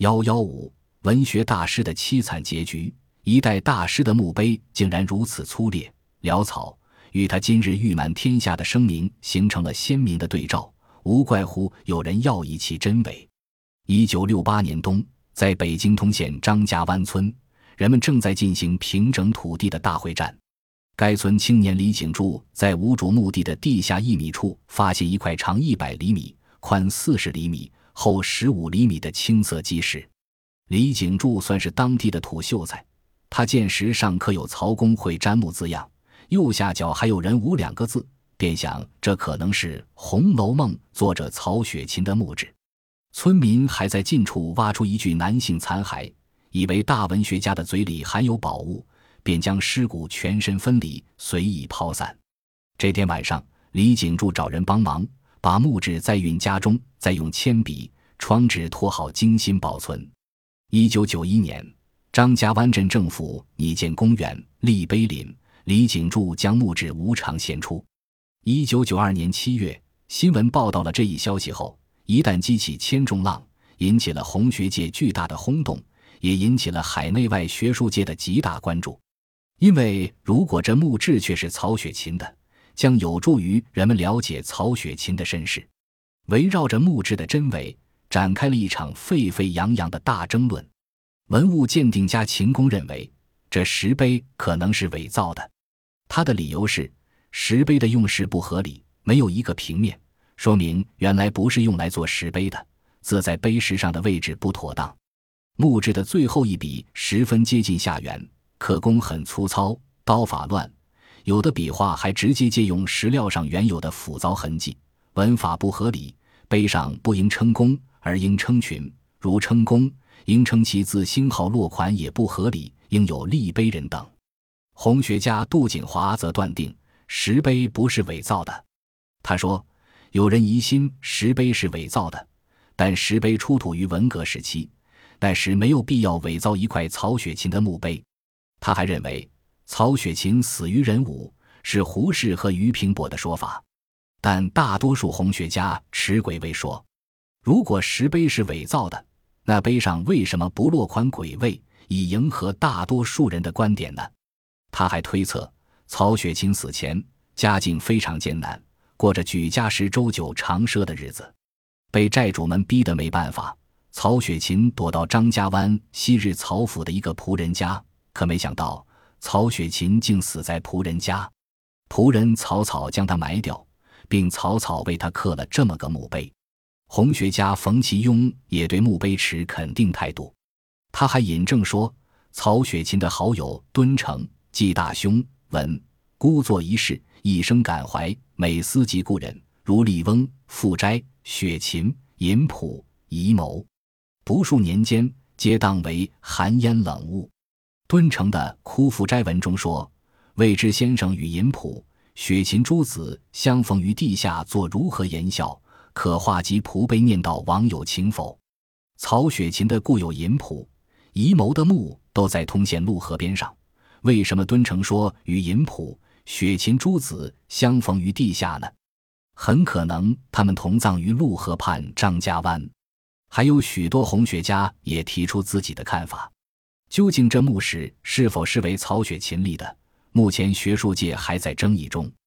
115文学大师的凄惨结局，一代大师的墓碑竟然如此粗劣潦草，与他今日誉满天下的声名形成了鲜明的对照，无怪乎有人要以其真伪。1968年冬，在北京通县张家湾村，人们正在进行平整土地的大会战。该村青年李景柱在无主墓地的地下1米处发现一块长100厘米、宽40厘米、厚15厘米的青色基石。李景柱算是当地的土秀才，他见石上刻有曹公会瞻墓字样，右下角还有人物2个字，便想这可能是《红楼梦》作者曹雪芹的墓志。村民还在近处挖出一具男性残骸，以为大文学家的嘴里含有宝物，便将尸骨全身分离，随意抛散。这天晚上，李景柱找人帮忙，把墓志载运家中，再用铅笔、窗纸拖好，精心保存。1991年，张家湾镇政府拟建公园、立碑林，李景柱将墓志无偿献出。1992年7月，新闻报道了这一消息后，一旦激起千重浪，引起了红学界巨大的轰动，也引起了海内外学术界的极大关注。因为如果这墓志却是曹雪芹的，将有助于人们了解曹雪芹的身世。围绕着墓志的真伪，展开了一场沸沸扬扬的大争论。文物鉴定家秦公认为，这石碑可能是伪造的。他的理由是，石碑的用石不合理，没有一个平面，说明原来不是用来做石碑的，字在碑石上的位置不妥当。墓志的最后一笔十分接近下缘，刻工很粗糙，刀法乱，有的笔画还直接借用石料上原有的斧凿痕迹，文法不合理，碑上不应称公而应称群，如称公应称其字星号落款也不合理，应有立碑人等。红学家杜景华则断定石碑不是伪造的。他说，有人疑心石碑是伪造的，但石碑出土于文革时期，那时没有必要伪造一块曹雪芹的墓碑。他还认为曹雪芹死于壬午，是胡适和俞平伯的说法，但大多数红学家持鬼位说，如果石碑是伪造的，那碑上为什么不落款鬼位，以迎合大多数人的观点呢？他还推测，曹雪芹死前家境非常艰难，过着举家食粥酒长奢的日子，被债主们逼得没办法，曹雪芹躲到张家湾昔日曹府的一个仆人家，可没想到曹雪芹竟死在仆人家，仆人草草将他埋掉，并草草为他刻了这么个墓碑。红学家冯其庸也对墓碑持肯定态度，他还引证说，曹雪芹的好友敦诚、季大兄文孤作一世，一生感怀，每思及故人，如笠翁、傅斋、雪芹、尹溥、乙某，不数年间皆当为寒烟冷雾。敦诚的《哭傅斋文》中说，未知先生与尹溥、雪芹诸子相逢于地下，作如何言笑，可画及仆碑念道，网友情否？曹雪芹的故友尹溥、乙某的墓都在通县陆河边上，为什么敦诚说与尹溥、雪芹诸子相逢于地下呢？很可能他们同葬于陆河畔张家湾。还有许多红学家也提出自己的看法，究竟这墓室是否是为曹雪芹立的，目前学术界还在争议中。